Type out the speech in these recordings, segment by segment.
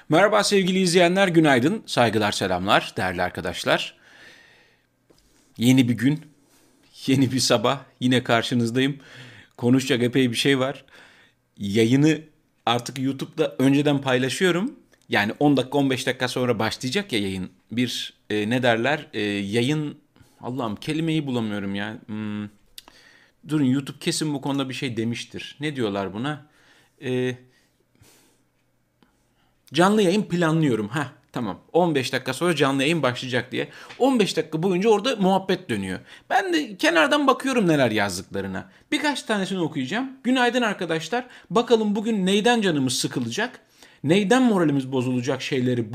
Merhaba sevgili izleyenler, günaydın, saygılar, selamlar, değerli arkadaşlar. Yeni bir gün, yeni bir sabah, yine karşınızdayım. Konuşacak epey bir şey var. Yayını artık YouTube'da önceden paylaşıyorum. Yani 10 dakika 15 dakika sonra başlayacak ya yayın. Ne derler, yayın, Allah'ım kelimeyi bulamıyorum ya. Durun, YouTube kesin bu konuda bir şey demiştir. Ne diyorlar buna? E, Canlı yayın planlıyorum. Tamam. 15 dakika sonra canlı yayın başlayacak diye. 15 dakika boyunca orada muhabbet dönüyor. Ben de kenardan bakıyorum neler yazdıklarına. Birkaç tanesini okuyacağım. Günaydın arkadaşlar. Bakalım bugün neyden canımız sıkılacak? Neyden moralimiz bozulacak şeyleri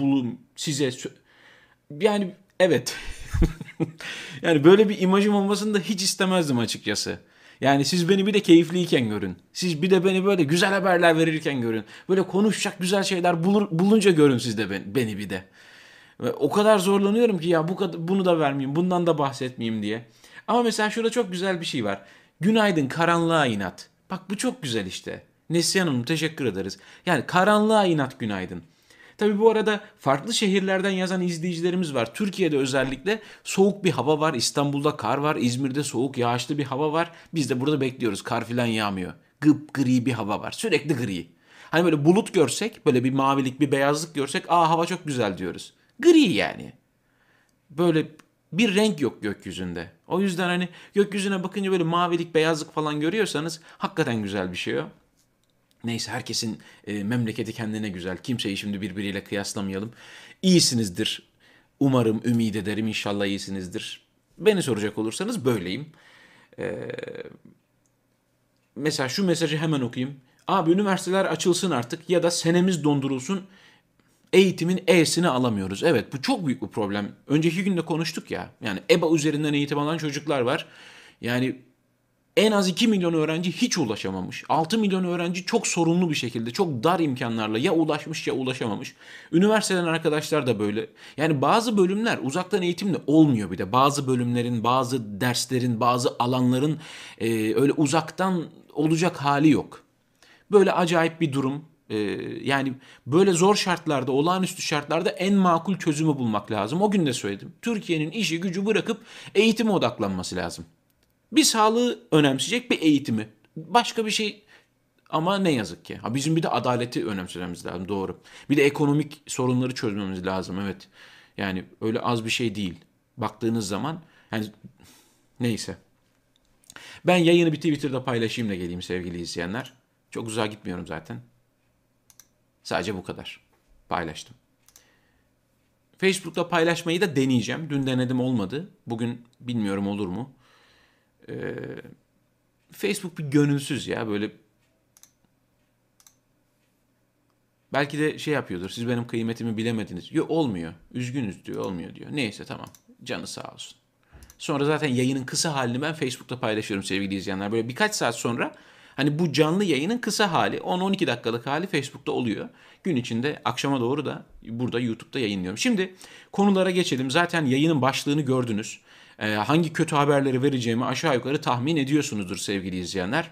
yani evet. Yani böyle bir imajım olmasını da hiç istemezdim açıkçası. Yani siz beni bir de keyifliyken görün. Siz bir de beni böyle güzel haberler verirken görün. Böyle konuşacak güzel şeyler bulunca görün siz de beni bir de. Ve o kadar zorlanıyorum ki ya bunu da vermeyeyim, bundan da bahsetmeyeyim diye. Ama mesela şurada çok güzel bir şey var. Günaydın karanlığa inat. Bak bu çok güzel işte. Neslihan Hanım teşekkür ederiz. Yani karanlığa inat günaydın. Tabii bu arada farklı şehirlerden yazan izleyicilerimiz var. Türkiye'de özellikle soğuk bir hava var. İstanbul'da kar var. İzmir'de soğuk yağışlı bir hava var. Biz de burada bekliyoruz. Kar filan yağmıyor. Gri bir hava var. Sürekli gri. Hani böyle bulut görsek, böyle bir mavilik, bir beyazlık görsek, hava çok güzel diyoruz. Gri yani. Böyle bir renk yok gökyüzünde. O yüzden hani gökyüzüne bakınca böyle mavilik, beyazlık falan görüyorsanız hakikaten güzel bir şey o. Neyse herkesin memleketi kendine güzel. Kimseyi şimdi birbiriyle kıyaslamayalım. İyisinizdir. Umarım, ümit ederim inşallah iyisinizdir. Beni soracak olursanız böyleyim. Mesela şu mesajı hemen okuyayım. Abi üniversiteler açılsın artık ya da senemiz dondurulsun. Eğitimin E'sini alamıyoruz. Evet bu çok büyük bir problem. Önceki gün de konuştuk ya. Yani EBA üzerinden eğitim alan çocuklar var. Yani en az 2 milyon öğrenci hiç ulaşamamış. 6 milyon öğrenci çok sorunlu bir şekilde, çok dar imkanlarla ya ulaşmış ya ulaşamamış. Üniversiteden arkadaşlar da böyle. Yani bazı bölümler uzaktan eğitimle olmuyor bir de. Bazı bölümlerin, bazı derslerin, bazı alanların öyle uzaktan olacak hali yok. Böyle acayip bir durum. Yani böyle zor şartlarda, olağanüstü şartlarda en makul çözümü bulmak lazım. O gün de söyledim. Türkiye'nin işi gücü bırakıp eğitime odaklanması lazım. Bir sağlığı önemseyecek, bir eğitimi. Başka bir şey ama ne yazık ki. Bizim bir de adaleti önemsememiz lazım, doğru. Bir de ekonomik sorunları çözmemiz lazım, evet. Yani öyle az bir şey değil. Baktığınız zaman yani neyse. Ben yayını bir Twitter'da paylaşayım da geleyim sevgili izleyenler. Çok uzağa gitmiyorum zaten. Sadece bu kadar. Paylaştım. Facebook'ta paylaşmayı da deneyeceğim. Dün denedim olmadı. Bugün bilmiyorum olur mu. Facebook bir gönülsüz ya böyle. Belki de şey yapıyordur. Siz benim kıymetimi bilemediniz. Yok olmuyor. Üzgünüz diyor. Olmuyor diyor. Neyse tamam. Canı sağ olsun. Sonra zaten yayının kısa halini ben Facebook'ta paylaşıyorum sevgili izleyenler. Böyle birkaç saat sonra hani bu canlı yayının kısa hali 10-12 dakikalık hali Facebook'ta oluyor. Gün içinde akşama doğru da burada YouTube'da yayınlıyorum. Şimdi konulara geçelim. Zaten yayının başlığını gördünüz. Hangi kötü haberleri vereceğimi aşağı yukarı tahmin ediyorsunuzdur sevgili izleyenler.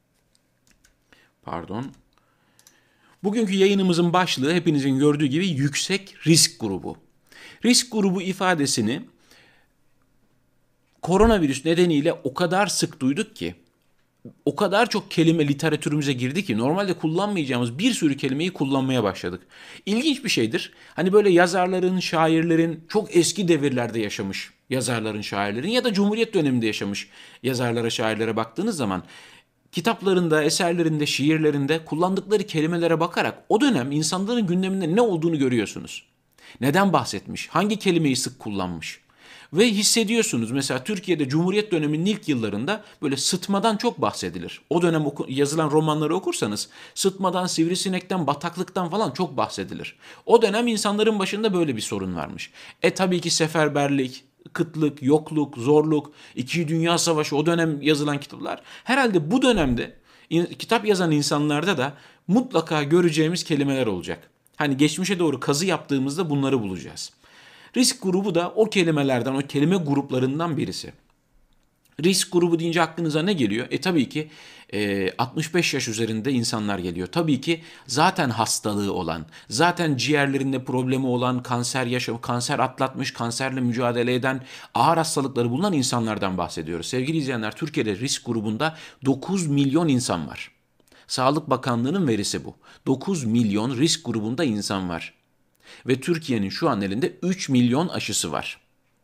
Pardon. Bugünkü yayınımızın başlığı hepinizin gördüğü gibi yüksek risk grubu. Risk grubu ifadesini koronavirüs nedeniyle o kadar sık duyduk ki, o kadar çok kelime literatürümüze girdi ki normalde kullanmayacağımız bir sürü kelimeyi kullanmaya başladık. İlginç bir şeydir. Hani böyle yazarların, şairlerin çok eski devirlerde yaşamış yazarların, şairlerin ya da Cumhuriyet döneminde yaşamış yazarlara, şairlere baktığınız zaman kitaplarında, eserlerinde, şiirlerinde kullandıkları kelimelere bakarak o dönem insanların gündeminde ne olduğunu görüyorsunuz. Neden bahsetmiş? Hangi kelimeyi sık kullanmış? Ve hissediyorsunuz mesela Türkiye'de Cumhuriyet döneminin ilk yıllarında böyle sıtmadan çok bahsedilir. O dönem yazılan romanları okursanız sıtmadan, sivrisinekten, bataklıktan falan çok bahsedilir. O dönem insanların başında böyle bir sorun varmış. Tabii ki seferberlik, kıtlık, yokluk, zorluk, İkinci Dünya Savaşı o dönem yazılan kitaplar. Herhalde bu dönemde kitap yazan insanlarda da mutlaka göreceğimiz kelimeler olacak. Hani geçmişe doğru kazı yaptığımızda bunları bulacağız. Risk grubu da o kelimelerden, o kelime gruplarından birisi. Risk grubu deyince aklınıza ne geliyor? Tabii ki 65 yaş üzerinde insanlar geliyor. Tabii ki zaten hastalığı olan, zaten ciğerlerinde problemi olan, kanser atlatmış, kanserle mücadele eden, ağır hastalıkları bulunan insanlardan bahsediyoruz. Sevgili izleyenler, Türkiye'de risk grubunda 9 milyon insan var. Sağlık Bakanlığı'nın verisi bu. 9 milyon risk grubunda insan var. Ve Türkiye'nin şu an elinde 3 milyon aşısı var.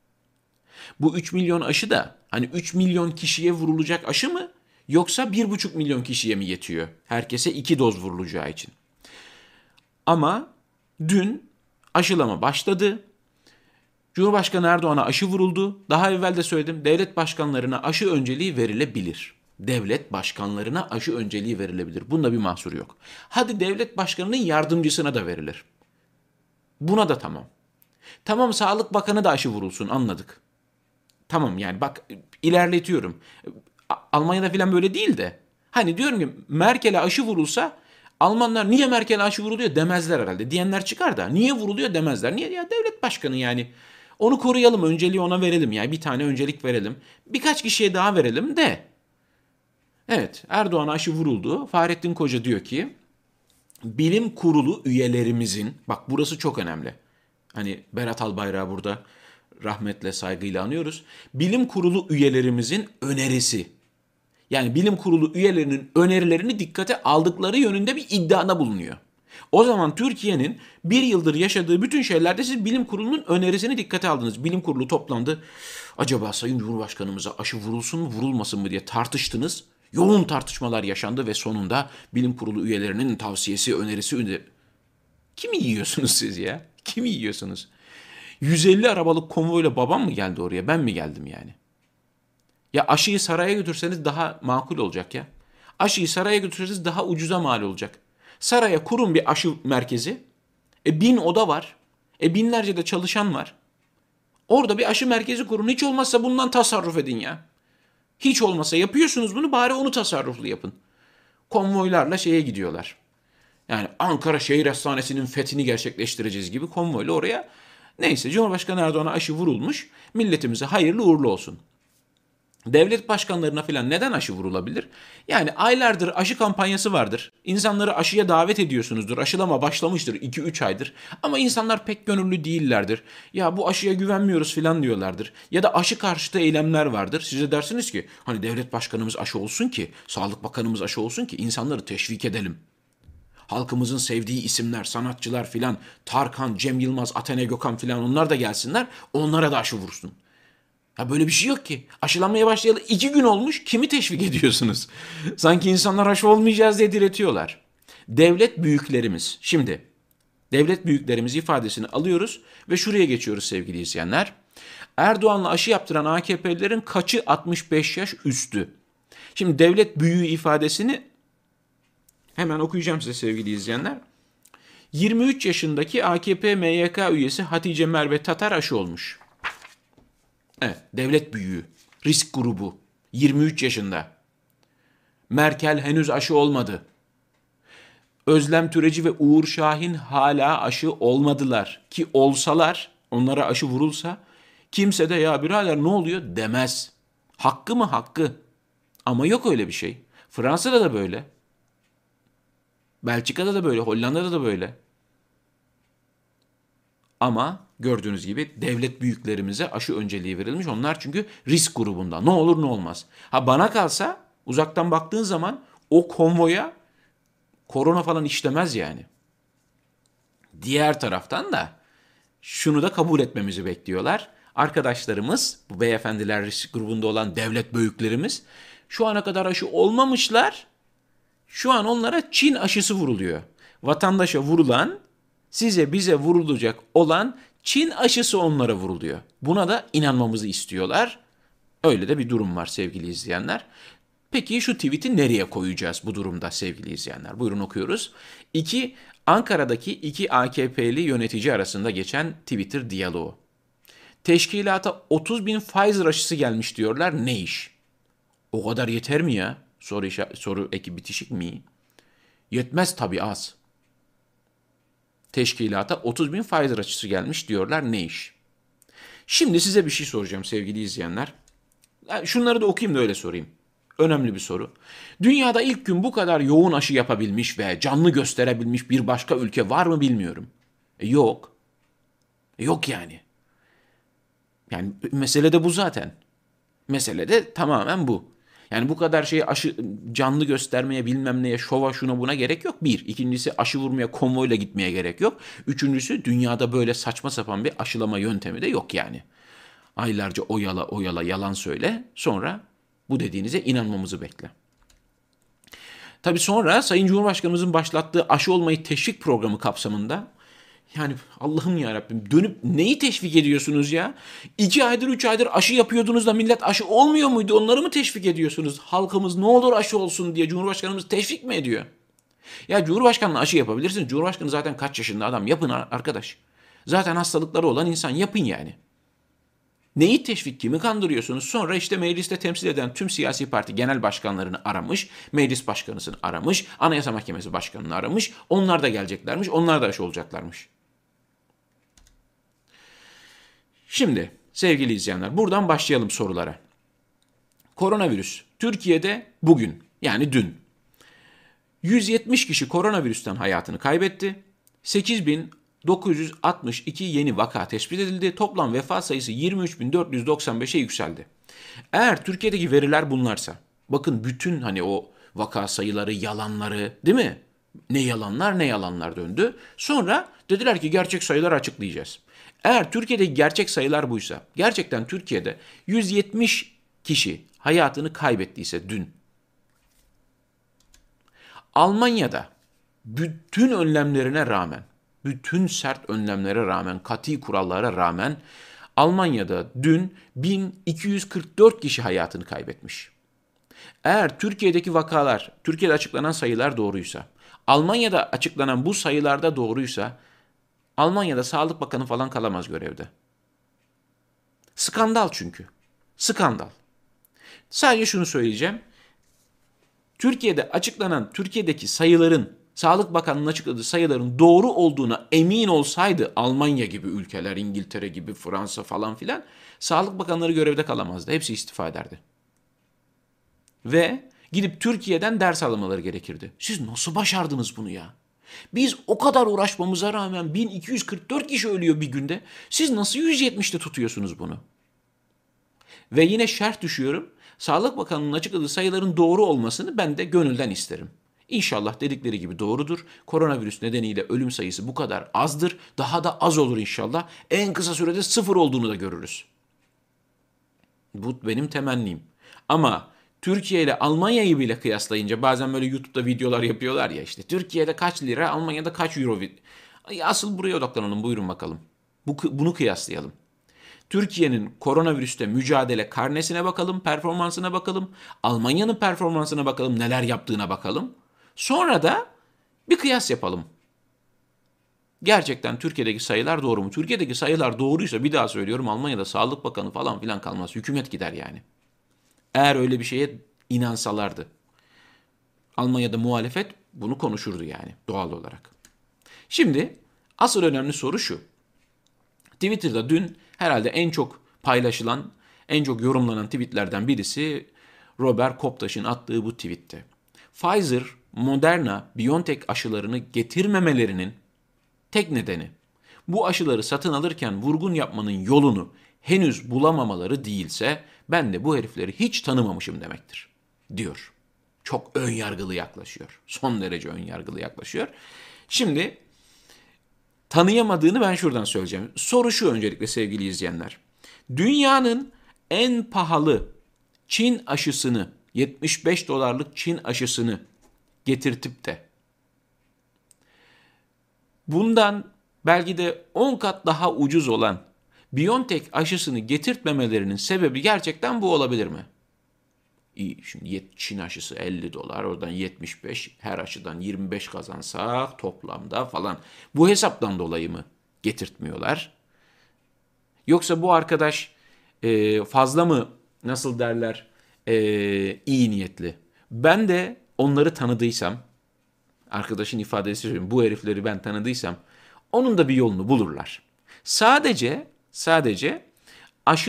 Bu 3 milyon aşı da hani 3 milyon kişiye vurulacak aşı mı? Yoksa 1,5 milyon kişiye mi yetiyor? Herkese 2 doz vurulacağı için. Ama dün aşılama başladı. Cumhurbaşkanı Erdoğan'a aşı vuruldu. Daha evvel de söyledim, devlet başkanlarına aşı önceliği verilebilir. Devlet başkanlarına aşı önceliği verilebilir. Bunda bir mahsur yok. Hadi devlet başkanının yardımcısına da verilir. Buna da tamam. Tamam, Sağlık Bakanı da aşı vurulsun, anladık. Tamam, yani bak, ilerletiyorum. Almanya'da falan böyle değil de. Hani diyorum ki Merkel'e aşı vurulsa Almanlar niye Merkel'e aşı vuruluyor demezler herhalde. Diyenler çıkar da niye vuruluyor demezler. Niye? Ya devlet başkanı yani. Onu koruyalım, önceliği ona verelim yani. Bir tane öncelik verelim. Birkaç kişiye daha verelim de. Evet, Erdoğan'a aşı vuruldu. Fahrettin Koca diyor ki bilim kurulu üyelerimizin, bak burası çok önemli. Hani Berat Albayrak'ı burada rahmetle, saygıyla anıyoruz. Bilim kurulu üyelerimizin önerisi. Yani bilim kurulu üyelerinin önerilerini dikkate aldıkları yönünde bir iddiada bulunuyor. O zaman Türkiye'nin bir yıldır yaşadığı bütün şeylerde siz bilim kurulunun önerisini dikkate aldınız. Bilim kurulu toplandı. Acaba Sayın Cumhurbaşkanımıza aşı vurulsun mu vurulmasın mı diye tartıştınız. Yoğun tartışmalar yaşandı ve sonunda bilim kurulu üyelerinin tavsiyesi, önerisi... Kimi yiyorsunuz siz ya? Kimi yiyorsunuz? 150 arabalık konvoyla babam mı geldi oraya? Ben mi geldim yani? Ya aşıyı saraya götürseniz daha makul olacak ya. Aşıyı saraya götürseniz daha ucuza mal olacak. Saraya kurun bir aşı merkezi. 1000 oda var. Binlerce de çalışan var. Orada bir aşı merkezi kurun. Hiç olmazsa bundan tasarruf edin ya. Hiç olmazsa yapıyorsunuz bunu, bari onu tasarruflu yapın. Konvoylarla şeye gidiyorlar. Yani Ankara Şehir Hastanesi'nin fethini gerçekleştireceğiz gibi konvoyla oraya. Neyse, Cumhurbaşkanı Erdoğan'a aşı vurulmuş. Milletimize hayırlı uğurlu olsun. Devlet başkanlarına falan neden aşı vurulabilir? Yani aylardır aşı kampanyası vardır. İnsanları aşıya davet ediyorsunuzdur. Aşılama başlamıştır 2-3 aydır. Ama insanlar pek gönüllü değillerdir. Ya bu aşıya güvenmiyoruz falan diyorlardır. Ya da aşı karşıtı eylemler vardır. Size dersiniz ki hani devlet başkanımız aşı olsun ki, Sağlık Bakanımız aşı olsun ki insanları teşvik edelim. Halkımızın sevdiği isimler, sanatçılar filan, Tarkan, Cem Yılmaz, Atene Gökhan filan, onlar da gelsinler, onlara da aşı vursun. Ya böyle bir şey yok ki. Aşılanmaya başlayalı 2 gün olmuş. Kimi teşvik ediyorsunuz? Sanki insanlar aşı olmayacağız diye diretiyorlar. Devlet büyüklerimiz. Şimdi devlet büyüklerimiz ifadesini alıyoruz ve şuraya geçiyoruz sevgili izleyenler. Erdoğan'la aşı yaptıran AKP'lilerin kaçı 65 yaş üstü? Şimdi devlet büyüğü ifadesini hemen okuyacağım size sevgili izleyenler. 23 yaşındaki AKP MYK üyesi Hatice Merve Tatar aşı olmuş. Evet, devlet büyüğü, risk grubu, 23 yaşında. Merkel henüz aşı olmadı. Özlem Türeci ve Uğur Şahin hala aşı olmadılar. Ki olsalar, onlara aşı vurulsa, kimse de ya birader ne oluyor demez. Hakkı mı? Hakkı. Ama yok öyle bir şey. Fransa'da da böyle. Belçika'da da böyle, Hollanda'da da böyle. Ama gördüğünüz gibi devlet büyüklerimize aşı önceliği verilmiş. Onlar çünkü risk grubunda. Ne olur ne olmaz. Ha bana kalsa uzaktan baktığın zaman o konvoya korona falan işlemez yani. Diğer taraftan da şunu da kabul etmemizi bekliyorlar. Arkadaşlarımız, bu beyefendiler, risk grubunda olan devlet büyüklerimiz şu ana kadar aşı olmamışlar. Şu an onlara Çin aşısı vuruluyor. Vatandaşa vurulan, size bize vurulacak olan Çin aşısı onlara vuruluyor. Buna da inanmamızı istiyorlar. Öyle de bir durum var sevgili izleyenler. Peki şu tweet'i nereye koyacağız bu durumda sevgili izleyenler? Buyurun okuyoruz. Ankara'daki iki AKP'li yönetici arasında geçen Twitter diyaloğu. Teşkilata 30 bin Pfizer aşısı gelmiş diyorlar, ne iş? O kadar yeter mi ya? Soru eki bitişik mi? Yetmez tabii, az. Teşkilata 30 bin Pfizer aşısı gelmiş diyorlar, ne iş? Şimdi size bir şey soracağım sevgili izleyenler. Şunları da okuyayım da öyle sorayım. Önemli bir soru. Dünyada ilk gün bu kadar yoğun aşı yapabilmiş ve canlı gösterebilmiş bir başka ülke var mı bilmiyorum. Yok. Yok yani. Yani mesele de bu zaten. Mesele de tamamen bu. Yani bu kadar şeyi canlı göstermeye bilmem neye şova şuna buna gerek yok. Bir. İkincisi aşı vurmaya konvoyla gitmeye gerek yok. Üçüncüsü dünyada böyle saçma sapan bir aşılama yöntemi de yok yani. Aylarca oyala oyala yalan söyle sonra bu dediğinize inanmamızı bekle. Tabii sonra Sayın Cumhurbaşkanımızın başlattığı aşı olmayı teşvik programı kapsamında yani Allah'ım ya Rabbim dönüp neyi teşvik ediyorsunuz ya? 2 aydır 3 aydır aşı yapıyordunuz da millet aşı olmuyor muydu? Onları mı teşvik ediyorsunuz? Halkımız ne olur aşı olsun diye Cumhurbaşkanımız teşvik mi ediyor? Ya Cumhurbaşkanına aşı yapabilirsiniz. Cumhurbaşkanı zaten kaç yaşında adam yapın arkadaş. Zaten hastalıkları olan insan yapın yani. Neyi teşvik, kimi kandırıyorsunuz? Sonra işte mecliste temsil eden tüm siyasi parti genel başkanlarını aramış, meclis başkanısını aramış, Anayasa Mahkemesi başkanını aramış. Onlar da geleceklermiş, onlar da aşı olacaklarmış. Şimdi sevgili izleyenler buradan başlayalım sorulara. Koronavirüs Türkiye'de bugün yani dün 170 kişi koronavirüsten hayatını kaybetti. 8.962 yeni vaka tespit edildi. Toplam vefat sayısı 23.495'e yükseldi. Eğer Türkiye'deki veriler bunlarsa, bakın bütün hani o vaka sayıları, yalanları değil mi? Ne yalanlar ne yalanlar döndü. Sonra dediler ki gerçek sayıları açıklayacağız. Eğer Türkiye'deki gerçek sayılar buysa, gerçekten Türkiye'de 170 kişi hayatını kaybettiyse dün, Almanya'da bütün önlemlerine rağmen, bütün sert önlemlere rağmen, katı kurallara rağmen Almanya'da dün 1244 kişi hayatını kaybetmiş. Eğer Türkiye'deki vakalar, Türkiye'de açıklanan sayılar doğruysa, Almanya'da açıklanan bu sayılarda doğruysa, Almanya'da Sağlık Bakanı falan kalamaz görevde. Skandal çünkü. Skandal. Sadece şunu söyleyeceğim. Türkiye'deki sayıların, Sağlık Bakanlığı'nın açıkladığı sayıların doğru olduğuna emin olsaydı Almanya gibi ülkeler, İngiltere gibi, Fransa falan filan, Sağlık Bakanları görevde kalamazdı. Hepsi istifa ederdi. Ve gidip Türkiye'den ders almaları gerekirdi. Siz nasıl başardınız bunu ya? Biz o kadar uğraşmamıza rağmen 1244 kişi ölüyor bir günde. Siz nasıl 170'te tutuyorsunuz bunu? Ve yine şerh düşüyorum. Sağlık Bakanlığı'nın açıkladığı sayıların doğru olmasını ben de gönülden isterim. İnşallah dedikleri gibi doğrudur. Koronavirüs nedeniyle ölüm sayısı bu kadar azdır. Daha da az olur inşallah. En kısa sürede sıfır olduğunu da görürüz. Bu benim temennim. Ama Türkiye ile Almanya'yı bile kıyaslayınca bazen böyle YouTube'da videolar yapıyorlar ya işte. Türkiye'de kaç lira, Almanya'da kaç euro. Asıl buraya odaklanalım buyurun bakalım. Bunu kıyaslayalım. Türkiye'nin koronavirüste mücadele karnesine bakalım, performansına bakalım. Almanya'nın performansına bakalım, neler yaptığına bakalım. Sonra da bir kıyas yapalım. Gerçekten Türkiye'deki sayılar doğru mu? Türkiye'deki sayılar doğruysa bir daha söylüyorum Almanya'da Sağlık Bakanı falan filan kalmaz. Hükümet gider yani. Eğer öyle bir şeye inansalardı. Almanya'da muhalefet bunu konuşurdu yani doğal olarak. Şimdi asıl önemli soru şu. Twitter'da dün herhalde en çok paylaşılan, en çok yorumlanan tweetlerden birisi Robert Koptaş'ın attığı bu tweetti. Pfizer, Moderna, BioNTech aşılarını getirmemelerinin tek nedeni bu aşıları satın alırken vurgun yapmanın yolunu henüz bulamamaları değilse ben de bu herifleri hiç tanımamışım demektir, diyor. Çok ön yargılı yaklaşıyor. Son derece ön yargılı yaklaşıyor. Şimdi tanıyamadığını ben şuradan söyleyeceğim. Soru şu öncelikle sevgili izleyenler. Dünyanın en pahalı Çin aşısını, 75 dolarlık Çin aşısını getirtip de bundan belki de 10 kat daha ucuz olan BioNTech aşısını getirtmemelerinin sebebi gerçekten bu olabilir mi? İyi, şimdi Çin aşısı 50 dolar, oradan 75, her aşıdan 25 kazansak toplamda falan. Bu hesaptan dolayı mı getirtmiyorlar? Yoksa bu arkadaş fazla mı, nasıl derler, iyi niyetli? Ben de onları tanıdıysam, arkadaşın ifadesi söyleyeyim, bu herifleri ben tanıdıysam, onun da bir yolunu bulurlar. Sadece aşılar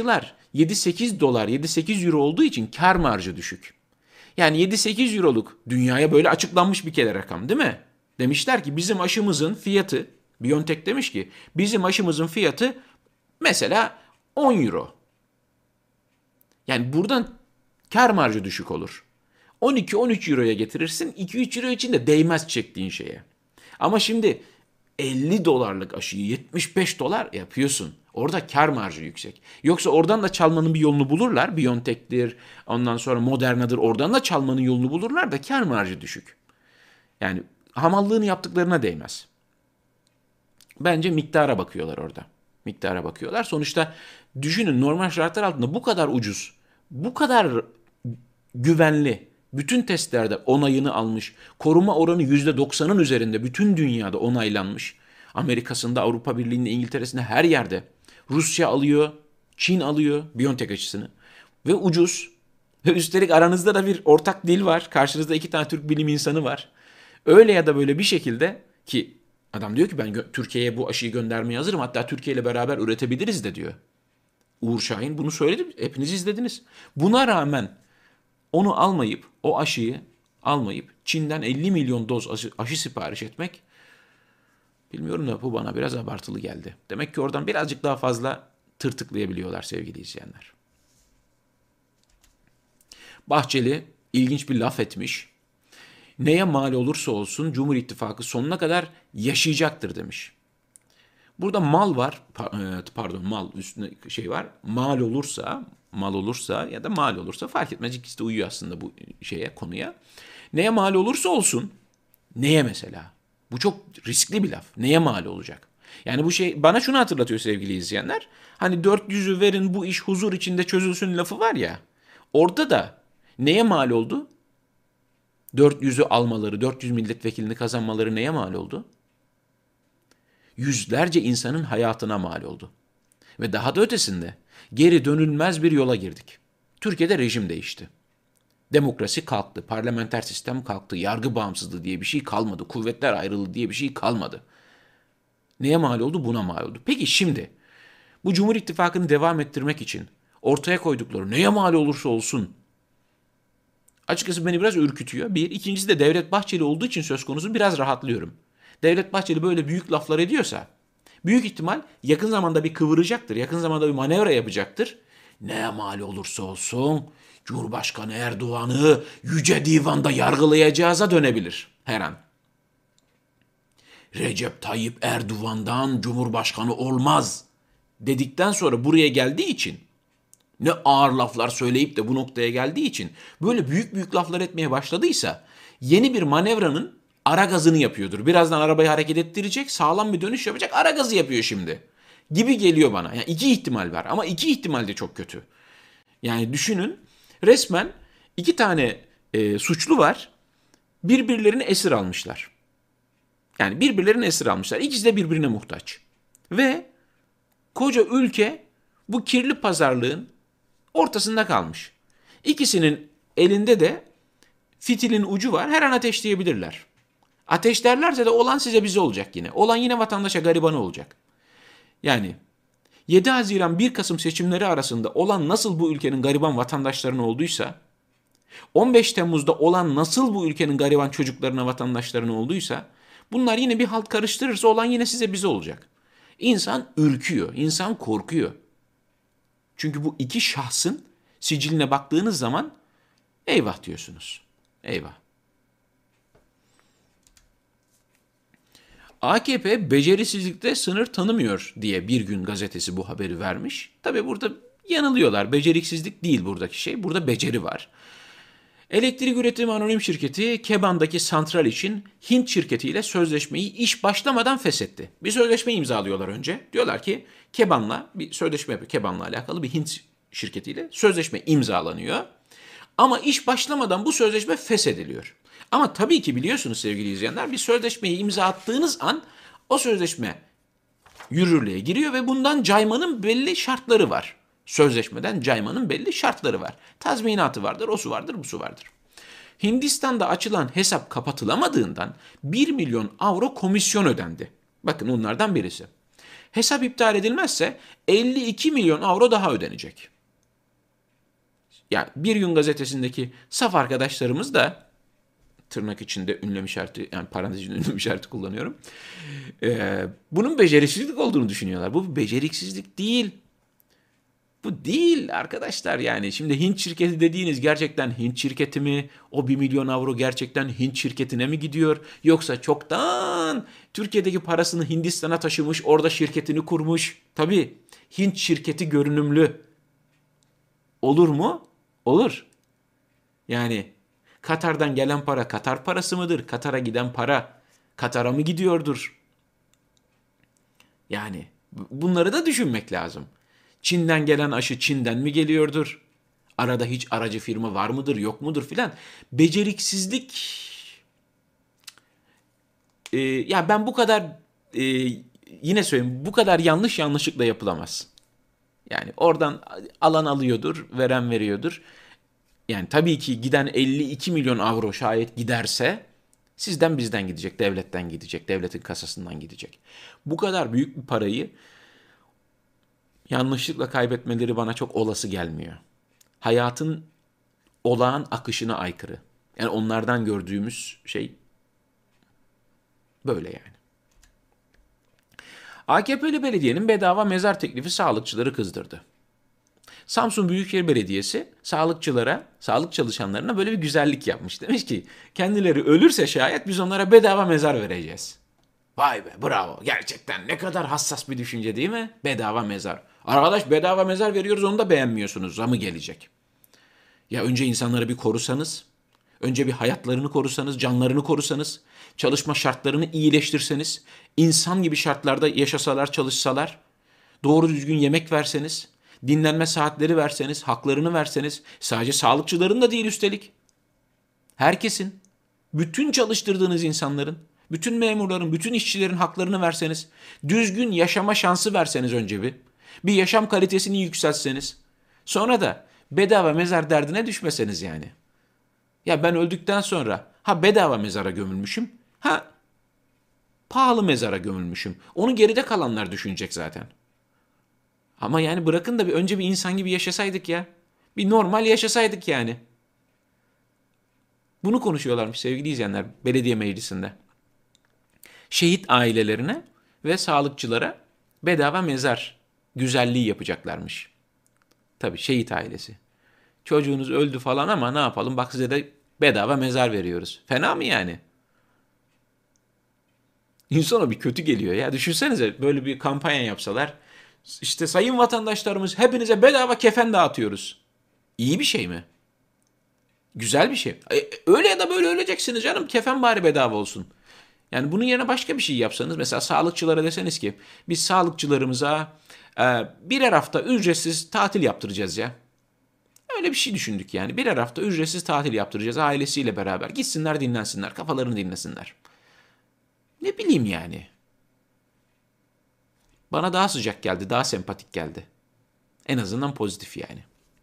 7-8 dolar, 7-8 euro olduğu için kar marjı düşük. Yani 7-8 euroluk dünyaya böyle açıklanmış bir kere rakam değil mi? Demişler ki bizim aşımızın fiyatı, BioNTech demiş ki bizim aşımızın fiyatı mesela 10 euro. Yani buradan kar marjı düşük olur. 12-13 euroya getirirsin, 2-3 euro için de değmez çektiğin şeye. Ama şimdi 50 dolarlık aşıyı 75 dolar yapıyorsun. Orada kar marjı yüksek. Yoksa oradan da çalmanın bir yolunu bulurlar. BioNTech'tir, ondan sonra Moderna'dır. Oradan da çalmanın yolunu bulurlar da kar marjı düşük. Yani hamallığını yaptıklarına değmez. Bence miktara bakıyorlar orada. Miktara bakıyorlar. Sonuçta düşünün, normal şartlar altında bu kadar ucuz, bu kadar güvenli, bütün testlerde onayını almış, koruma oranı %90'ın üzerinde bütün dünyada onaylanmış. Amerika'sında, Avrupa Birliği'nde, İngiltere'sinde her yerde. Rusya alıyor, Çin alıyor BioNTech aşısını. Ve ucuz. Ve üstelik aranızda da bir ortak dil var. Karşınızda 2 tane Türk bilim insanı var. Öyle ya da böyle bir şekilde, ki adam diyor ki ben Türkiye'ye bu aşıyı göndermeye hazırım. Hatta Türkiye ile beraber üretebiliriz de diyor. Uğur Şahin bunu söyledi. Hepiniz izlediniz. Buna rağmen onu almayıp, o aşıyı almayıp Çin'den 50 milyon doz aşı sipariş etmek, bilmiyorum da bu bana biraz abartılı geldi. Demek ki oradan birazcık daha fazla tırtıklayabiliyorlar sevgili izleyenler. Bahçeli ilginç bir laf etmiş. Neye mal olursa olsun Cumhur İttifakı sonuna kadar yaşayacaktır demiş. Burada mal var, pardon, mal üstünde şey var. Mal olursa ya da mal olursa fark etmez. İkisi de uyuyor aslında bu konuya. Neye mal olursa olsun, neye mesela? Bu çok riskli bir laf. Neye mal olacak? Yani bu şey bana şunu hatırlatıyor sevgili izleyenler. Hani 400'ü verin bu iş huzur içinde çözülsün lafı var ya. Orada da neye mal oldu? 400'ü almaları, 400 milletvekilini kazanmaları neye mal oldu? Yüzlerce insanın hayatına mal oldu. Ve daha da ötesinde geri dönülmez bir yola girdik. Türkiye'de rejim değişti. Demokrasi kalktı, parlamenter sistem kalktı, yargı bağımsızlığı diye bir şey kalmadı, kuvvetler ayrılığı diye bir şey kalmadı. Neye mal oldu? Buna mal oldu. Peki şimdi bu Cumhur İttifakı'nı devam ettirmek için ortaya koydukları neye mal olursa olsun açıkçası beni biraz ürkütüyor. Bir. İkincisi de Devlet Bahçeli olduğu için söz konusu biraz rahatlıyorum. Devlet Bahçeli böyle büyük laflar ediyorsa büyük ihtimal yakın zamanda bir kıvıracaktır. Yakın zamanda bir manevra yapacaktır. Neye mal olursa olsun Cumhurbaşkanı Erdoğan'ı Yüce Divan'da yargılayacağıza dönebilir her an. Recep Tayyip Erdoğan'dan Cumhurbaşkanı olmaz dedikten sonra buraya geldiği için, ne ağır laflar söyleyip de bu noktaya geldiği için böyle büyük büyük laflar etmeye başladıysa yeni bir manevranın ara gazını yapıyordur. Birazdan arabayı hareket ettirecek, sağlam bir dönüş yapacak, ara gazı yapıyor şimdi. Gibi geliyor bana. Yani iki ihtimal var ama iki ihtimal de çok kötü. Yani düşünün, resmen iki tane suçlu var, birbirlerini esir almışlar. Yani birbirlerini esir almışlar. İkisi de birbirine muhtaç. Ve koca ülke bu kirli pazarlığın ortasında kalmış. İkisinin elinde de fitilin ucu var. Her an ateşleyebilirler. Ateşlerlerse de olan size bize olacak yine. Olan yine vatandaşa, garibanı olacak. Yani 7 Haziran 1 Kasım seçimleri arasında olan nasıl bu ülkenin gariban vatandaşlarına olduysa, 15 Temmuz'da olan nasıl bu ülkenin gariban çocuklarına, vatandaşlarına olduysa, bunlar yine bir halt karıştırırsa olan yine size bize olacak. İnsan ürküyor, insan korkuyor. Çünkü bu iki şahsın siciline baktığınız zaman eyvah diyorsunuz. Eyvah. AKP becerisizlikte sınır tanımıyor diye Bir Gün gazetesi bu haberi vermiş. Tabii burada yanılıyorlar. Beceriksizlik değil buradaki şey. Burada beceri var. Elektrik Üretim Anonim Şirketi Keban'daki santral için Hint şirketiyle sözleşmeyi iş başlamadan feshetti. Bir sözleşme imzalıyorlar önce. Diyorlar ki Keban'la bir sözleşme yapıyor. Keban'la alakalı bir Hint şirketiyle sözleşme imzalanıyor. Ama iş başlamadan bu sözleşme feshediliyor. Ama tabii ki biliyorsunuz sevgili izleyenler, bir sözleşmeyi imza attığınız an o sözleşme yürürlüğe giriyor ve bundan caymanın belli şartları var. Sözleşmeden caymanın belli şartları var. Tazminatı vardır, o su vardır, bu su vardır. Hindistan'da açılan hesap kapatılamadığından 1 milyon avro komisyon ödendi. Bakın onlardan birisi. Hesap iptal edilmezse 52 milyon avro daha ödenecek. Yani Bir Gün Gazetesi'ndeki saf arkadaşlarımız da tırnak içinde ünlem işareti, yani parantez içinde ünlem işareti kullanıyorum. Bunun beceriksizlik olduğunu düşünüyorlar. Bu bir beceriksizlik değil. Bu değil arkadaşlar yani. Şimdi Hint şirketi dediğiniz gerçekten Hint şirketi mi? O 1 milyon avro gerçekten Hint şirketine mi gidiyor? Yoksa çoktan Türkiye'deki parasını Hindistan'a taşımış, orada şirketini kurmuş. Tabii Hint şirketi görünümlü. Olur mu? Olur. Yani Katar'dan gelen para Katar parası mıdır? Katar'a giden para Katar'a mı gidiyordur? Yani bunları da düşünmek lazım. Çin'den gelen aşı Çin'den mi geliyordur? Arada hiç aracı firma var mıdır, yok mudur filan. Beceriksizlik. Ya ben bu kadar e, yine söyleyeyim, bu kadar yanlışlıkla yapılamaz. Yani oradan alan alıyordur, veren veriyordur. Yani tabii ki giden 52 milyon avro şayet giderse sizden bizden gidecek, devletten gidecek, devletin kasasından gidecek. Bu kadar büyük bir parayı yanlışlıkla kaybetmeleri bana çok olası gelmiyor. Hayatın olağan akışına aykırı. Yani onlardan gördüğümüz şey böyle yani. AKP'li belediyenin bedava mezar teklifi sağlıkçıları kızdırdı. Samsun Büyükşehir Belediyesi sağlıkçılara, sağlık çalışanlarına böyle bir güzellik yapmış. Demiş ki kendileri ölürse şayet biz onlara bedava mezar vereceğiz. Vay be, bravo, gerçekten ne kadar hassas bir düşünce değil mi? Bedava mezar. Arkadaş, bedava mezar veriyoruz, onu da beğenmiyorsunuz. Zamı gelecek. Ya önce insanları bir korusanız, önce bir hayatlarını korusanız, canlarını korusanız, çalışma şartlarını iyileştirseniz, insan gibi şartlarda yaşasalar, çalışsalar, doğru düzgün yemek verseniz, dinlenme saatleri verseniz, haklarını verseniz, sadece sağlıkçıların da değil üstelik, herkesin, bütün çalıştırdığınız insanların, bütün memurların, bütün işçilerin haklarını verseniz, düzgün yaşama şansı verseniz önce bir yaşam kalitesini yükseltseniz, sonra da bedava mezar derdine düşmeseniz yani. Ya ben öldükten sonra ha bedava mezara gömülmüşüm, ha pahalı mezara gömülmüşüm. Onu geride kalanlar düşünecek zaten. Ama yani bırakın da önce bir insan gibi yaşasaydık ya. Bir normal yaşasaydık yani. Bunu konuşuyorlarmış sevgili izleyenler belediye meclisinde. Şehit ailelerine ve sağlıkçılara bedava mezar güzelliği yapacaklarmış. Tabii şehit ailesi. Çocuğunuz öldü falan ama ne yapalım, bak size de bedava mezar veriyoruz. Fena mı yani? İnsana bir kötü geliyor ya. Düşünsenize böyle bir kampanya yapsalar. İşte sayın vatandaşlarımız, hepinize bedava kefen dağıtıyoruz. İyi bir şey mi? Güzel bir şey. Öyle ya da böyle öleceksiniz canım. Kefen bari bedava olsun. Yani bunun yerine başka bir şey yapsanız, mesela sağlıkçılara deseniz ki biz sağlıkçılarımıza birer hafta ücretsiz tatil yaptıracağız ya. Öyle bir şey düşündük yani. Birer hafta ücretsiz tatil yaptıracağız ailesiyle beraber. Gitsinler, dinlensinler, kafalarını dinlesinler. Ne bileyim yani. Bana daha sıcak geldi, daha sempatik geldi. En azından pozitif yani.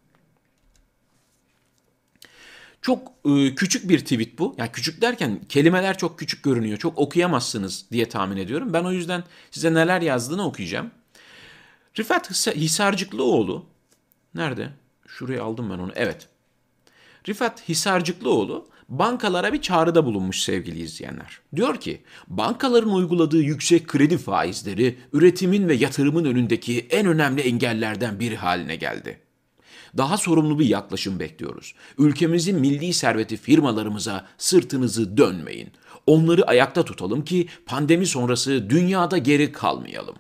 Çok küçük bir tweet bu. Yani küçük derken kelimeler çok küçük görünüyor. Çok okuyamazsınız diye tahmin ediyorum. Ben o yüzden size neler yazdığını okuyacağım. Rifat Hisarcıklıoğlu. Nerede? Şuraya aldım ben onu. Evet. Rifat Hisarcıklıoğlu bankalara bir çağrıda bulunmuş sevgili izleyenler. Diyor ki, bankaların uyguladığı yüksek kredi faizleri üretimin ve yatırımın önündeki en önemli engellerden biri haline geldi. Daha sorumlu bir yaklaşım bekliyoruz. Ülkemizin milli serveti firmalarımıza sırtınızı dönmeyin. Onları ayakta tutalım ki pandemi sonrası dünyada geri kalmayalım.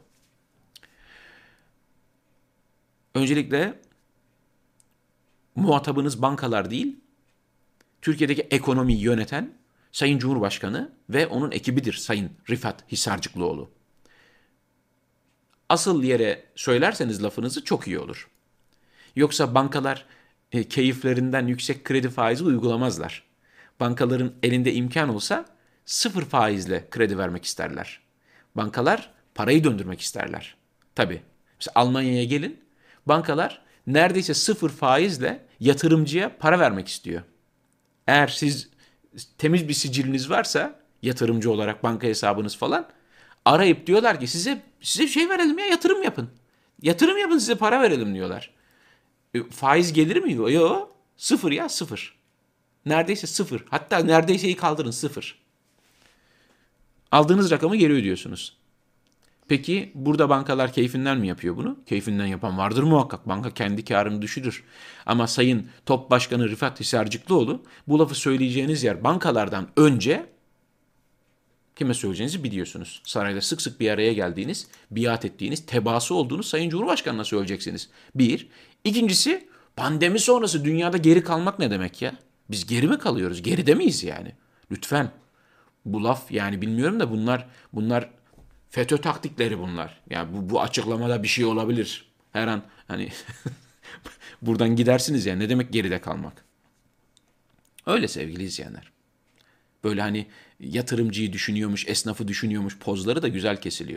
Öncelikle muhatabınız bankalar değil, Türkiye'deki ekonomiyi yöneten Sayın Cumhurbaşkanı ve onun ekibidir Sayın Rifat Hisarcıklıoğlu. Asıl yere söylerseniz lafınızı çok iyi olur. Yoksa bankalar keyiflerinden yüksek kredi faizi uygulamazlar. Bankaların elinde imkan olsa sıfır faizle kredi vermek isterler. Bankalar parayı döndürmek isterler. Tabii. Mesela Almanya'ya gelin. Bankalar neredeyse sıfır faizle yatırımcıya para vermek istiyor. Eğer siz temiz bir siciliniz varsa, yatırımcı olarak banka hesabınız falan, arayıp diyorlar ki size şey verelim ya, yatırım yapın. Yatırım yapın, size para verelim diyorlar. Faiz gelir mi? Yok. Sıfır ya, sıfır. Neredeyse sıfır. Hatta neredeyseyi kaldırın, sıfır. Aldığınız rakamı geri ödüyorsunuz. Peki burada bankalar keyfinden mi yapıyor bunu? Keyfinden yapan vardır muhakkak. Banka kendi karını düşürür. Ama Sayın Top Başkanı Rıfat Hisarcıklıoğlu bu lafı söyleyeceğiniz yer bankalardan önce kime söyleyeceğinizi biliyorsunuz. Sarayda sık sık bir araya geldiğiniz, biat ettiğiniz, tebaası olduğunuz Sayın Cumhurbaşkanı'na söyleyeceksiniz. Bir. İkincisi, pandemi sonrası dünyada geri kalmak ne demek ya? Biz geri mi kalıyoruz? Geride miyiz yani? Lütfen. Bu laf yani bilmiyorum da bunlar FETÖ taktikleri bunlar. Yani bu açıklamada bir şey olabilir. Her an hani buradan gidersiniz ya, ne demek geride kalmak? Öyle sevgili izleyenler. Böyle hani yatırımcıyı düşünüyormuş, esnafı düşünüyormuş pozları da güzel kesiliyor.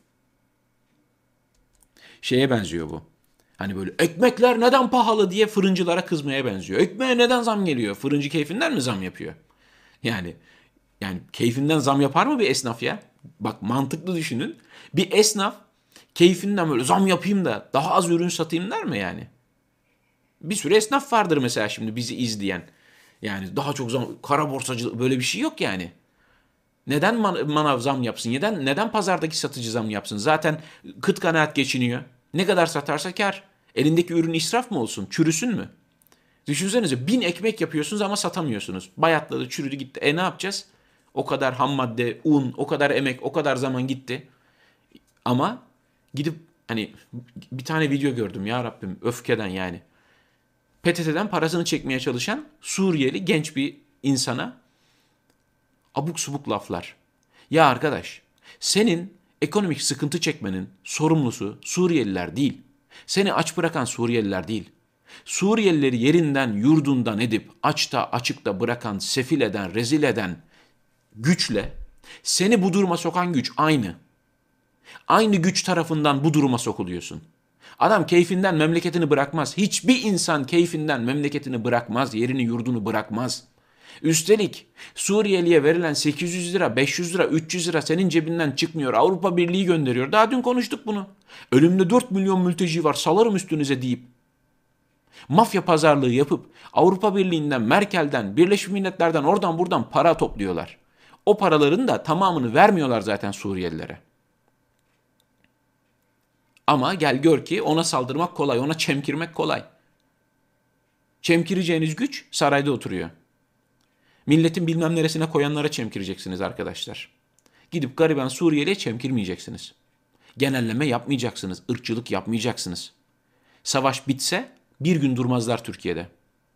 Şeye benziyor bu. Hani böyle ekmekler neden pahalı diye fırıncılara kızmaya benziyor. Ekmeğe neden zam geliyor? Fırıncı keyfinden mi zam yapıyor? Yani yani keyfinden zam yapar mı bir esnaf ya? Bak mantıklı düşünün. Bir esnaf keyfinden böyle zam yapayım da daha az ürün satayım der mi yani? Bir sürü esnaf vardır mesela şimdi bizi izleyen. Yani daha çok zam, kara borsacılık böyle bir şey yok yani. Neden manav zam yapsın? Neden pazardaki satıcı zam yapsın? Zaten kıt kanaat geçiniyor. Ne kadar satarsa kar. Elindeki ürün israf mı olsun? Çürüsün mü? Düşünsenize 1000 ekmek yapıyorsunuz ama satamıyorsunuz. Bayatladı, çürüdü gitti. Ne yapacağız? O kadar ham madde, un, o kadar emek, o kadar zaman gitti. Ama gidip hani bir tane video gördüm ya Rabbim öfkeden yani. PTT'den parasını çekmeye çalışan Suriyeli genç bir insana abuk subuk laflar. Ya arkadaş, senin ekonomik sıkıntı çekmenin sorumlusu Suriyeliler değil. Seni aç bırakan Suriyeliler değil. Suriyelileri yerinden yurdundan edip açta açıkta bırakan, sefil eden, rezil eden güçle seni bu duruma sokan güç aynı. Aynı güç tarafından bu duruma sokuluyorsun. Adam keyfinden memleketini bırakmaz. Hiçbir insan keyfinden memleketini bırakmaz, yerini yurdunu bırakmaz. Üstelik Suriyeli'ye verilen 800 lira, 500 lira, 300 lira senin cebinden çıkmıyor. Avrupa Birliği gönderiyor. Daha dün konuştuk bunu. Önümde 4 milyon mülteci var salarım üstünüze deyip mafya pazarlığı yapıp Avrupa Birliği'nden, Merkel'den, Birleşmiş Milletler'den oradan buradan para topluyorlar. O paraların da tamamını vermiyorlar zaten Suriyelilere. Ama gel gör ki ona saldırmak kolay, ona çemkirmek kolay. Çemkireceğiniz güç sarayda oturuyor. Milletin bilmem neresine koyanlara çemkireceksiniz arkadaşlar. Gidip gariban Suriyeli'ye çemkirmeyeceksiniz. Genelleme yapmayacaksınız, ırkçılık yapmayacaksınız. Savaş bitse bir gün durmazlar Türkiye'de.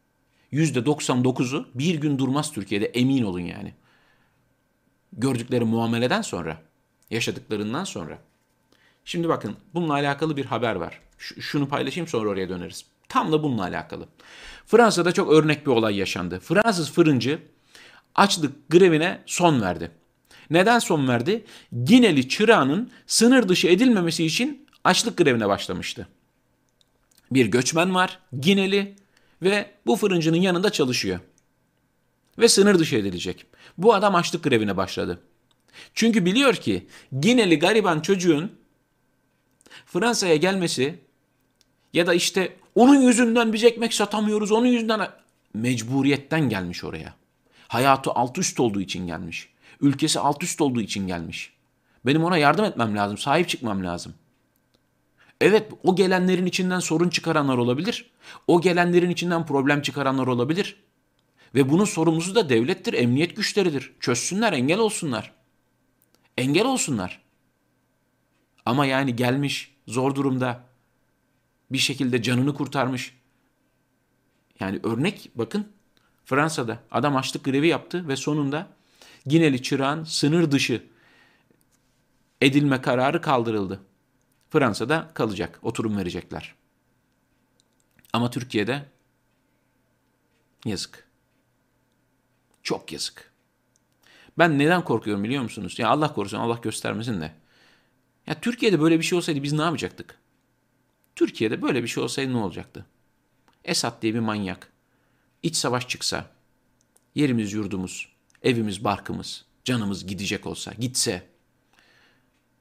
%99'u bir gün durmaz Türkiye'de, emin olun yani. Gördükleri muameleden sonra, yaşadıklarından sonra. Şimdi bakın bununla alakalı bir haber var. Şunu paylaşayım sonra oraya döneriz. Tam da bununla alakalı. Fransa'da çok örnek bir olay yaşandı. Fransız fırıncı açlık grevine son verdi. Neden son verdi? Gineli çırağının sınır dışı edilmemesi için açlık grevine başlamıştı. Bir göçmen var, Gineli ve bu fırıncının yanında çalışıyor. Ve sınır dışı edilecek. Bu adam açlık grevine başladı. Çünkü biliyor ki Gineli gariban çocuğun Fransa'ya gelmesi ya da işte onun yüzünden biz ekmek satamıyoruz, onun yüzünden mecburiyetten gelmiş oraya. Hayatı alt üst olduğu için gelmiş. Ülkesi alt üst olduğu için gelmiş. Benim ona yardım etmem lazım, sahip çıkmam lazım. Evet, o gelenlerin içinden sorun çıkaranlar olabilir. O gelenlerin içinden problem çıkaranlar olabilir. Ve bunun sorumlusu da devlettir, emniyet güçleridir. Çözsünler, engel olsunlar. Engel olsunlar. Ama yani gelmiş, zor durumda, bir şekilde canını kurtarmış. Yani örnek bakın, Fransa'da adam açlık grevi yaptı ve sonunda Gineli çırağın sınır dışı edilme kararı kaldırıldı. Fransa'da kalacak, oturum verecekler. Ama Türkiye'de yazık. Çok yazık. Ben neden korkuyorum biliyor musunuz? Ya Allah korusun, Allah göstermesin de. Ya Türkiye'de böyle bir şey olsaydı biz ne yapacaktık? Türkiye'de böyle bir şey olsaydı ne olacaktı? Esad diye bir manyak. İç savaş çıksa, yerimiz, yurdumuz, evimiz, barkımız, canımız gidecek olsa, gitse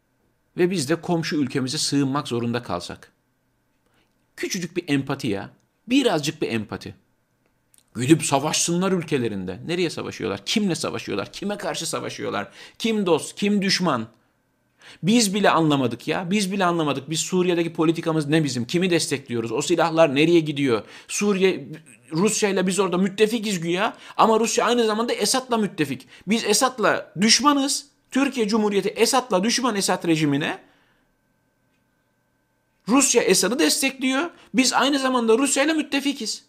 ve biz de komşu ülkemize sığınmak zorunda kalsak. Küçücük bir empati ya. Birazcık bir empati. Gidip savaşsınlar ülkelerinde. Nereye savaşıyorlar? Kimle savaşıyorlar? Kime karşı savaşıyorlar? Kim dost, kim düşman? Biz bile anlamadık ya. Biz bile anlamadık. Biz Suriye'deki politikamız ne bizim? Kimi destekliyoruz? O silahlar nereye gidiyor? Suriye, Rusya ile biz orada müttefikiz güya. Ama Rusya aynı zamanda Esad'la müttefik. Biz Esad'la düşmanız. Türkiye Cumhuriyeti Esad'la düşman, Esad rejimine. Rusya Esad'ı destekliyor. Biz aynı zamanda Rusya ile müttefikiz.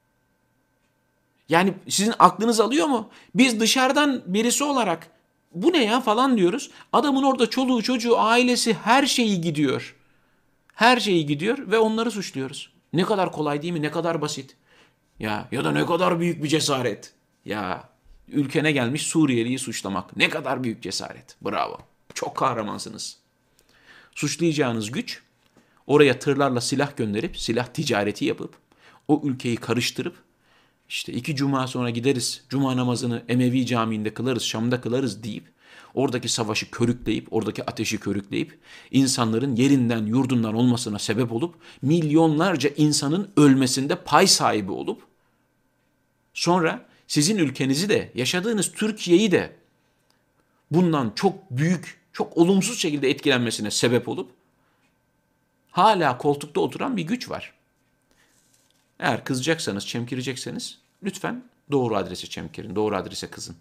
Yani sizin aklınız alıyor mu? Biz dışarıdan birisi olarak bu ne ya falan diyoruz. Adamın orada çoluğu, çocuğu, ailesi, her şeyi gidiyor. Her şeyi gidiyor ve onları suçluyoruz. Ne kadar kolay değil mi? Ne kadar basit. Ya da ne kadar büyük bir cesaret. Ya ülkene gelmiş Suriyeliyi suçlamak. Ne kadar büyük cesaret. Bravo. Çok kahramansınız. Suçlayacağınız güç oraya tırlarla silah gönderip, silah ticareti yapıp, o ülkeyi karıştırıp, İşte 2 cuma sonra gideriz, cuma namazını Emevi Camii'nde kılarız, Şam'da kılarız deyip, oradaki savaşı körükleyip, oradaki ateşi körükleyip, insanların yerinden yurdundan olmasına sebep olup, milyonlarca insanın ölmesinde pay sahibi olup, sonra sizin ülkenizi de, yaşadığınız Türkiye'yi de bundan çok büyük, çok olumsuz şekilde etkilenmesine sebep olup, hala koltukta oturan bir güç var. Eğer kızacaksanız, çemkirecekseniz lütfen doğru adrese çemkirin, doğru adrese kızın.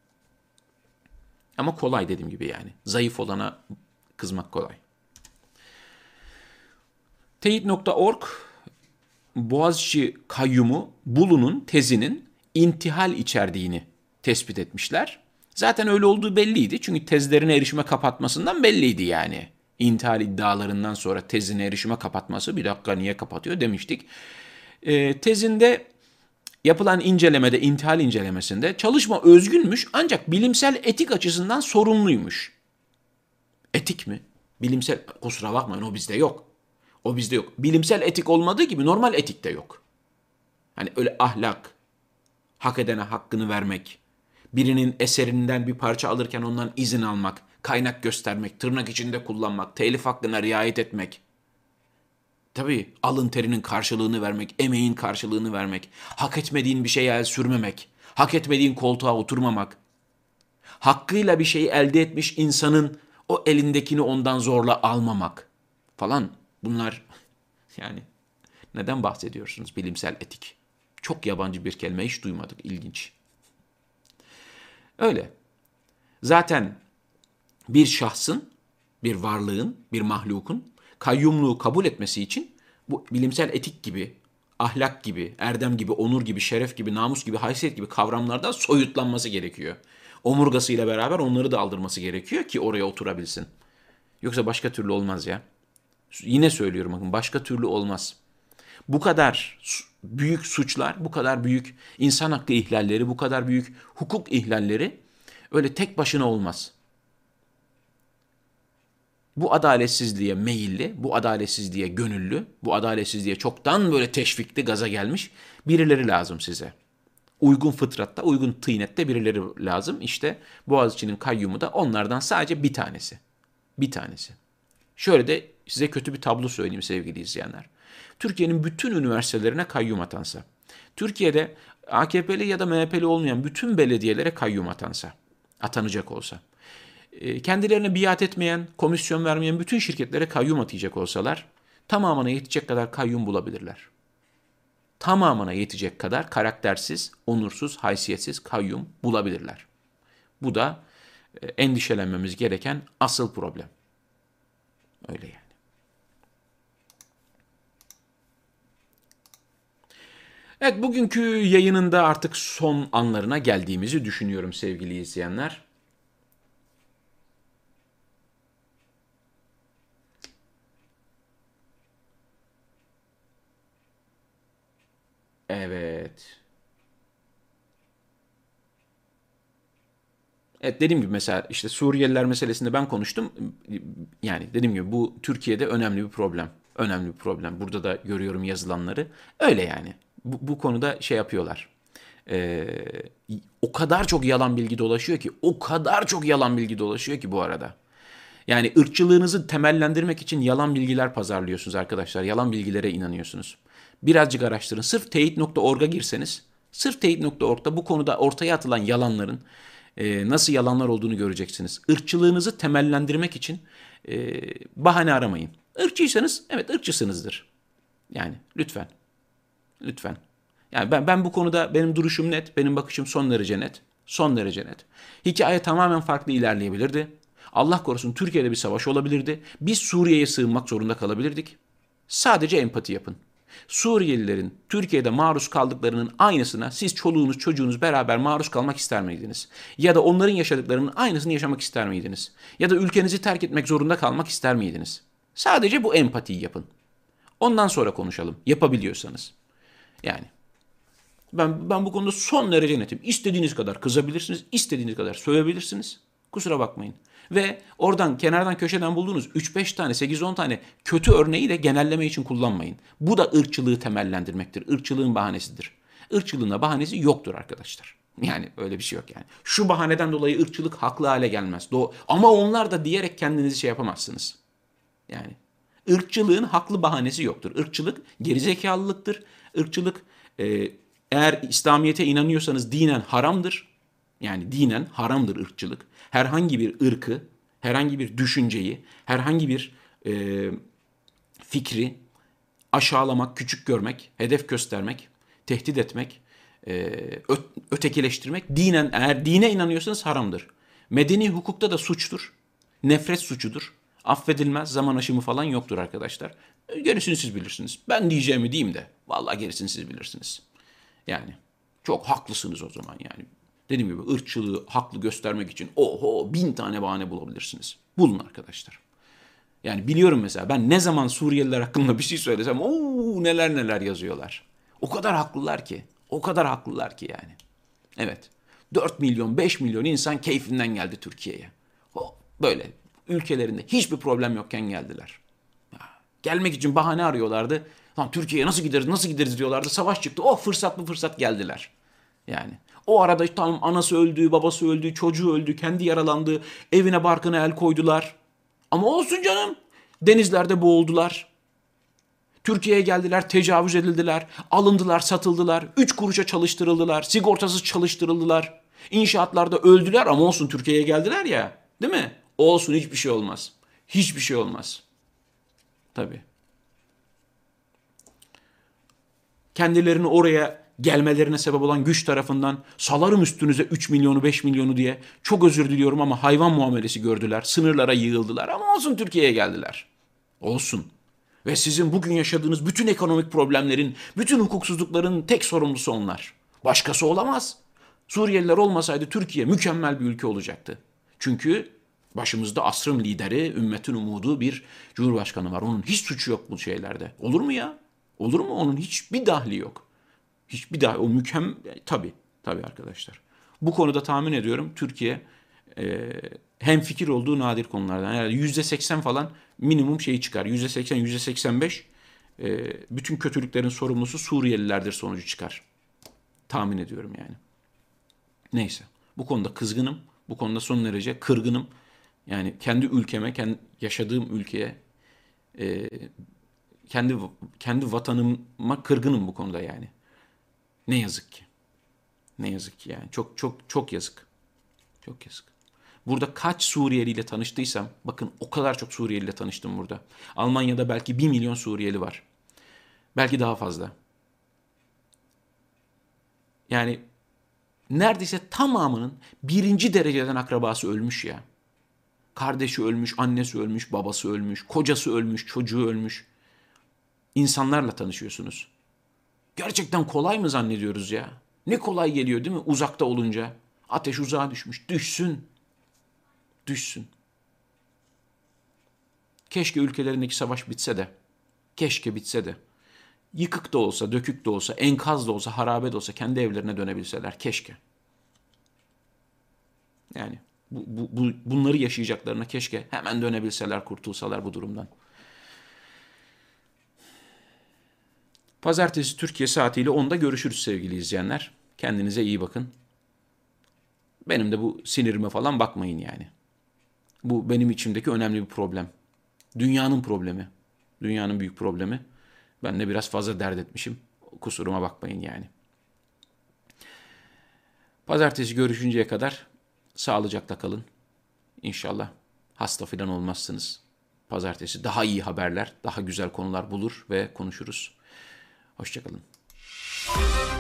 Ama kolay dediğim gibi yani. Zayıf olana kızmak kolay. Teyit.org Boğaziçi kayyumu Bulu'nun tezinin intihal içerdiğini tespit etmişler. Zaten öyle olduğu belliydi. Çünkü tezlerine erişime kapatmasından belliydi yani. İntihal iddialarından sonra tezine erişime kapatması, bir dakika niye kapatıyor demiştik. Tezinde yapılan incelemede, intihal incelemesinde çalışma özgünmüş ancak bilimsel etik açısından sorunluymuş. Etik mi? Bilimsel, kusura bakmayın o bizde yok. O bizde yok. Bilimsel etik olmadığı gibi normal etik de yok. Hani öyle ahlak, hak edene hakkını vermek, birinin eserinden bir parça alırken ondan izin almak, kaynak göstermek, tırnak içinde kullanmak, telif hakkına riayet etmek. Tabii alın terinin karşılığını vermek, emeğin karşılığını vermek, hak etmediğin bir şeye el sürmemek, hak etmediğin koltuğa oturmamak, hakkıyla bir şeyi elde etmiş insanın o elindekini ondan zorla almamak falan. Bunlar yani neden bahsediyorsunuz bilimsel etik? Çok yabancı bir kelime, hiç duymadık, ilginç. Öyle. Zaten bir şahsın, bir varlığın, bir mahlukun kayyumluğu kabul etmesi için bu bilimsel etik gibi, ahlak gibi, erdem gibi, onur gibi, şeref gibi, namus gibi, haysiyet gibi kavramlardan soyutlanması gerekiyor. Omurgasıyla beraber onları da aldırması gerekiyor ki oraya oturabilsin. Yoksa başka türlü olmaz ya. Yine söylüyorum bakın, başka türlü olmaz. Bu kadar büyük suçlar, bu kadar büyük insan hakkı ihlalleri, bu kadar büyük hukuk ihlalleri öyle tek başına olmaz. Bu adaletsizliğe meyilli, bu adaletsizliğe gönüllü, bu adaletsizliğe çoktan böyle teşvikli, gaza gelmiş birileri lazım size. Uygun fıtratta, uygun tıynette birileri lazım. İşte Boğaziçi'nin kayyumu da onlardan sadece bir tanesi. Bir tanesi. Şöyle de size kötü bir tablo söyleyeyim sevgili izleyenler. Türkiye'nin bütün üniversitelerine kayyum atansa, Türkiye'de AKP'li ya da MHP'li olmayan bütün belediyelere kayyum atansa, atanacak olsa, kendilerine biat etmeyen, komisyon vermeyen bütün şirketlere kayyum atayacak olsalar, tamamına yetecek kadar kayyum bulabilirler. Tamamına yetecek kadar karaktersiz, onursuz, haysiyetsiz kayyum bulabilirler. Bu da endişelenmemiz gereken asıl problem. Öyle yani. Evet, bugünkü yayının da artık son anlarına geldiğimizi düşünüyorum sevgili izleyenler. Evet. Evet, dediğim gibi mesela işte Suriyeliler meselesinde ben konuştum. Yani dediğim gibi bu Türkiye'de önemli bir problem. Önemli bir problem. Burada da görüyorum yazılanları. Öyle yani. Bu konuda şey yapıyorlar. Ee, O kadar çok yalan bilgi dolaşıyor ki, o kadar çok yalan bilgi dolaşıyor ki bu arada. Yani ırkçılığınızı temellendirmek için yalan bilgiler pazarlıyorsunuz arkadaşlar. Yalan bilgilere inanıyorsunuz. Birazcık araştırın. Sırf teyit.org'a girseniz, sırf teyit.org'da bu konuda ortaya atılan yalanların nasıl yalanlar olduğunu göreceksiniz. Irkçılığınızı temellendirmek için bahane aramayın. Irkçıysanız evet ırkçısınızdır. Yani lütfen. Lütfen. Yani ben bu konuda benim duruşum net, benim bakışım son derece net. Son derece net. Hikaye tamamen farklı ilerleyebilirdi. Allah korusun Türkiye'de bir savaş olabilirdi. Biz Suriye'ye sığınmak zorunda kalabilirdik. Sadece empati yapın. Suriyelilerin Türkiye'de maruz kaldıklarının aynısına siz çoluğunuz çocuğunuz beraber maruz kalmak ister miydiniz? Ya da onların yaşadıklarının aynısını yaşamak ister miydiniz? Ya da ülkenizi terk etmek zorunda kalmak ister miydiniz? Sadece bu empatiyi yapın. Ondan sonra konuşalım yapabiliyorsanız. Yani ben bu konuda son derece netim. İstediğiniz kadar kızabilirsiniz, istediğiniz kadar sövebilirsiniz. Kusura bakmayın. Ve oradan kenardan köşeden bulduğunuz 3-5 tane 8-10 tane kötü örneği de genelleme için kullanmayın. Bu da ırkçılığı temellendirmektir. Irkçılığın bahanesidir. Irkçılığın da bahanesi yoktur arkadaşlar. Yani öyle bir şey yok yani. Şu bahaneden dolayı ırkçılık haklı hale gelmez. Ama onlar da diyerek kendinizi şey yapamazsınız. Yani ırkçılığın haklı bahanesi yoktur. Irkçılık gerizekalılıktır. Irkçılık eğer İslamiyet'e inanıyorsanız dinen haramdır. Yani dinen haramdır ırkçılık. Herhangi bir ırkı, herhangi bir düşünceyi, herhangi bir fikri aşağılamak, küçük görmek, hedef göstermek, tehdit etmek, ötekileştirmek dinen eğer dine inanıyorsanız haramdır. Medeni hukukta da suçtur. Nefret suçudur. Affedilmez, zaman aşımı falan yoktur arkadaşlar. Gerisini siz bilirsiniz. Ben diyeceğimi diyeyim de vallahi gerisini siz bilirsiniz. Yani çok haklısınız o zaman yani. Dediğim gibi ırkçılığı haklı göstermek için 1000 tane bahane bulabilirsiniz. Bulun arkadaşlar. Yani biliyorum mesela ben ne zaman Suriyeliler hakkında bir şey söylesem neler neler yazıyorlar. O kadar haklılar ki. O kadar haklılar ki yani. Evet. 4 milyon 5 milyon insan keyfinden geldi Türkiye'ye. Böyle ülkelerinde hiçbir problem yokken geldiler. Gelmek için bahane arıyorlardı. Lan Türkiye'ye nasıl gideriz diyorlardı. Savaş çıktı. Fırsat bu fırsat geldiler. Yani o arada tam anası öldü, babası öldü, çocuğu öldü, kendi yaralandı. Evine barkına el koydular. Ama olsun canım. Denizlerde boğuldular. Türkiye'ye geldiler, tecavüz edildiler, alındılar, satıldılar, 3 kuruşa çalıştırıldılar, sigortasız çalıştırıldılar. İnşaatlarda öldüler ama olsun Türkiye'ye geldiler ya. Değil mi? Olsun hiçbir şey olmaz. Hiçbir şey olmaz. Tabii. Kendilerini oraya gelmelerine sebep olan güç tarafından salarım üstünüze 3 milyonu 5 milyonu diye çok özür diliyorum ama hayvan muamelesi gördüler. Sınırlara yığıldılar ama olsun Türkiye'ye geldiler. Olsun. Ve sizin bugün yaşadığınız bütün ekonomik problemlerin, bütün hukuksuzlukların tek sorumlusu onlar. Başkası olamaz. Suriyeliler olmasaydı Türkiye mükemmel bir ülke olacaktı. Çünkü başımızda asrın lideri, ümmetin umudu bir cumhurbaşkanı var. Onun hiç suçu yok bu şeylerde. Olur mu ya? Olur mu? Onun hiçbir dahli yok. Hiçbir dahli. O mükemmel. Tabii. Tabii arkadaşlar. Bu konuda tahmin ediyorum Türkiye hemfikir olduğu nadir konulardan. Yani %80 falan minimum şeyi çıkar. %80, %85 bütün kötülüklerin sorumlusu Suriyelilerdir sonucu çıkar. Tahmin ediyorum yani. Neyse. Bu konuda kızgınım. Bu konuda son derece kırgınım. Yani kendi ülkeme, yaşadığım ülkeye, kendi vatanıma kırgınım bu konuda yani. Ne yazık ki. Ne yazık ki yani. Çok çok çok yazık. Çok yazık. Burada kaç Suriyeli ile tanıştıysam, bakın o kadar çok Suriyeli ile tanıştım burada. Almanya'da belki 1 milyon Suriyeli var. Belki daha fazla. Yani neredeyse tamamının birinci dereceden akrabası ölmüş ya. Kardeşi ölmüş, annesi ölmüş, babası ölmüş, kocası ölmüş, çocuğu ölmüş. İnsanlarla tanışıyorsunuz. Gerçekten kolay mı zannediyoruz ya? Ne kolay geliyor değil mi uzakta olunca? Ateş uzağa düşmüş. Düşsün. Düşsün. Keşke ülkelerindeki savaş bitse de. Keşke bitse de. Yıkık da olsa, dökük de olsa, enkaz da olsa, harabe de olsa kendi evlerine dönebilseler. Keşke. Yani bunları yaşayacaklarına keşke hemen dönebilseler, kurtulsalar bu durumdan. Pazartesi Türkiye saatiyle 10'da görüşürüz sevgili izleyenler. Kendinize iyi bakın. Benim de bu sinirime falan bakmayın yani. Bu benim içimdeki önemli bir problem. Dünyanın problemi. Dünyanın büyük problemi. Ben de biraz fazla dert etmişim. Kusuruma bakmayın yani. Pazartesi görüşünceye kadar sağlıcakla kalın. İnşallah hasta falan olmazsınız. Pazartesi daha iyi haberler, daha güzel konular bulur ve konuşuruz. Hoşça kalın.